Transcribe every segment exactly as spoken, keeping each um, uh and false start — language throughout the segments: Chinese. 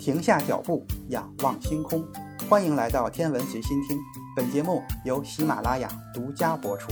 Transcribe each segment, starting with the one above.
停下脚步，仰望星空。欢迎来到天文随心听，本节目由喜马拉雅独家播出。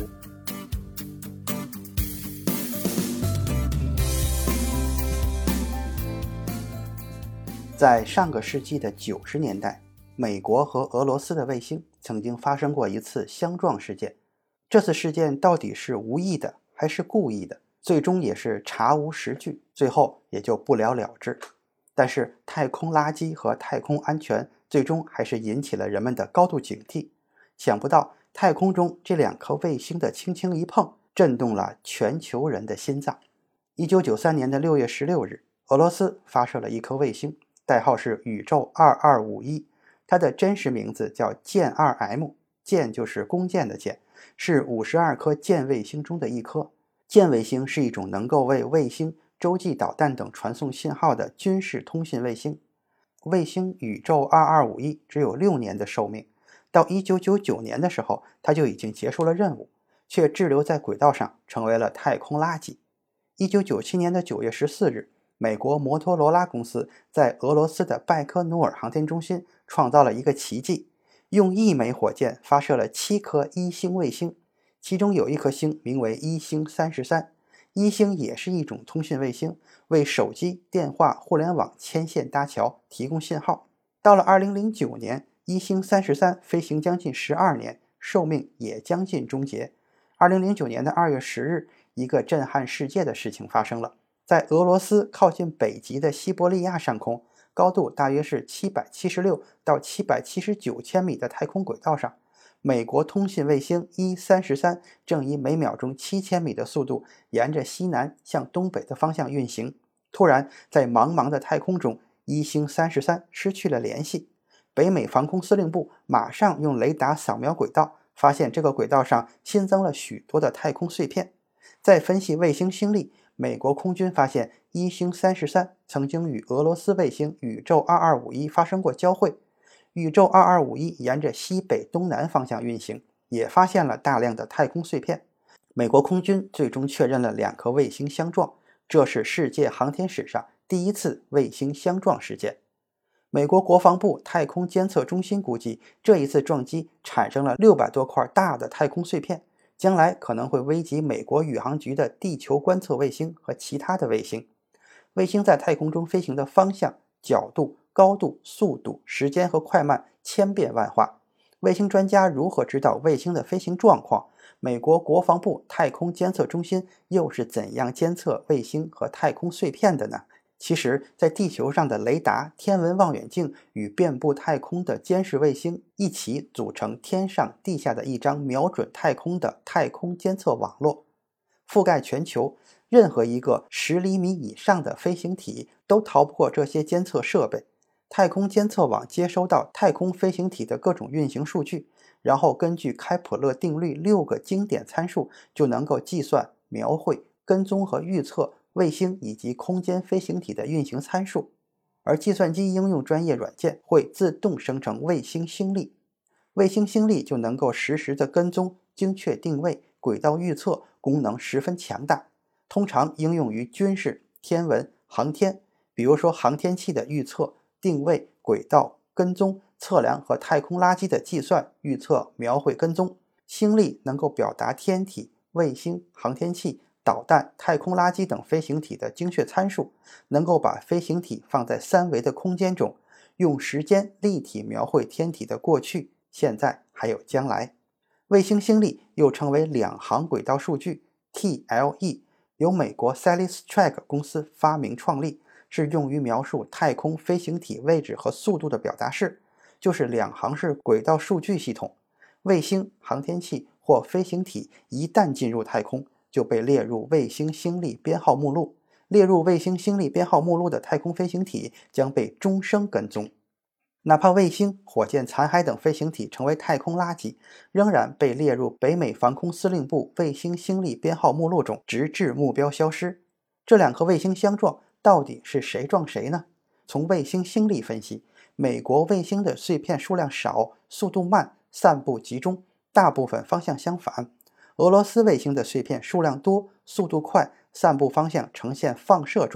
在上个世纪的九十年代，美国和俄罗斯的卫星曾经发生过一次相撞事件。这次事件到底是无意的还是故意的，最终也是查无实据，最后也就不了了之。但是太空垃圾和太空安全最终还是引起了人们的高度警惕。想不到太空中这两颗卫星的轻轻一碰，震动了全球人的心脏。一九九三年的六月十六日，俄罗斯发射了一颗卫星，代号是宇宙二二五一，它的真实名字叫箭 二 M， 箭就是弓箭的箭，是五十二颗箭卫星中的一颗。箭卫星是一种能够为卫星、洲际导弹等传送信号的军事通信卫星。卫星宇宙二二五一只有六年的寿命，到一九九九年的时候，它就已经结束了任务，却滞留在轨道上，成为了太空垃圾。一九九七年的九月十四日，美国摩托罗拉公司在俄罗斯的拜科努尔航天中心创造了一个奇迹，用一枚火箭发射了七颗一星卫星，其中有一颗星名为一星三十三。一星也是一种通讯卫星，为手机、电话、互联网牵线搭桥，提供信号。到了二零零九年，一星三十三飞行将近十二年，寿命也将近终结。二零零九年的二月十日，一个震撼世界的事情发生了。在俄罗斯靠近北极的西伯利亚上空，高度大约是七百七十六到七百七十九千米的太空轨道上，美国通信卫星一三十三正以每秒钟七千米的速度沿着西南向东北的方向运行。突然，在茫茫的太空中，一星三十三失去了联系。北美防空司令部马上用雷达扫描轨道，发现这个轨道上新增了许多的太空碎片。再分析卫星星力，美国空军发现一星三十三曾经与俄罗斯卫星宇宙二二五一发生过交汇。宇宙二二五一沿着西北东南方向运行，也发现了大量的太空碎片。美国空军最终确认了两颗卫星相撞，这是世界航天史上第一次卫星相撞事件。美国国防部太空监测中心估计，这一次撞击产生了六百多块大的太空碎片，将来可能会危及美国宇航局的地球观测卫星和其他的卫星。卫星在太空中飞行的方向、角度、高度、速度、时间和快慢千变万化。卫星专家如何知道卫星的飞行状况？美国国防部太空监测中心又是怎样监测卫星和太空碎片的呢？其实，在地球上的雷达、天文望远镜与遍布太空的监视卫星一起组成天上地下的一张瞄准太空的太空监测网络，覆盖全球。任何一个十厘米以上的飞行体都逃不过这些监测设备。太空监测网接收到太空飞行体的各种运行数据，然后根据开普勒定律六个经典参数，就能够计算、描绘、跟踪和预测卫星以及空间飞行体的运行参数。而计算机应用专业软件会自动生成卫星星力，卫星星力就能够实时的跟踪、精确定位、轨道预测，功能十分强大。通常应用于军事、天文、航天，比如说航天器的预测、定位、轨道、跟踪、测量和太空垃圾的计算、预测、描绘、跟踪。星力能够表达天体、卫星、航天器、导弹、太空垃圾等飞行体的精确参数，能够把飞行体放在三维的空间中，用时间立体描绘天体的过去、现在还有将来。卫星星力又称为两航轨道数据 T L E，由美国 Cellestrack 公司发明创立，是用于描述太空飞行体位置和速度的表达式，就是两航式轨道数据系统。卫星、航天器或飞行体一旦进入太空，就被列入卫星星力编号目录。列入卫星星力编号目录的太空飞行体将被终生跟踪。哪怕卫星、火箭残骸等飞行体成为太空垃圾，仍然被列入北美防空司令部卫星星力编号目录中，直至目标消失。这两颗卫星相撞，到底是谁撞谁呢？从卫星星力分析，美国卫星的碎片数量少，速度慢，散布集中，大部分方向相反。俄罗斯卫星的碎片数量多，速度快，散布方向呈现放射状。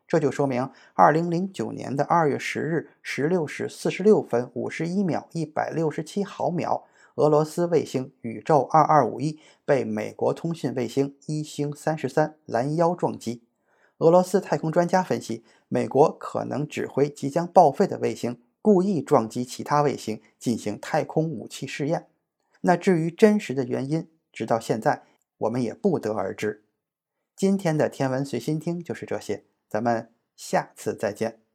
这就说明二零零九年的二月十日十六时四十六分五十一秒一百六十七毫秒，俄罗斯卫星宇宙二二五一被美国通讯卫星一星三十三拦腰撞击。俄罗斯太空专家分析，美国可能指挥即将报废的卫星故意撞击其他卫星进行太空武器试验。那至于真实的原因，直到现在我们也不得而知。今天的天文随心听就是这些，咱们下次再见。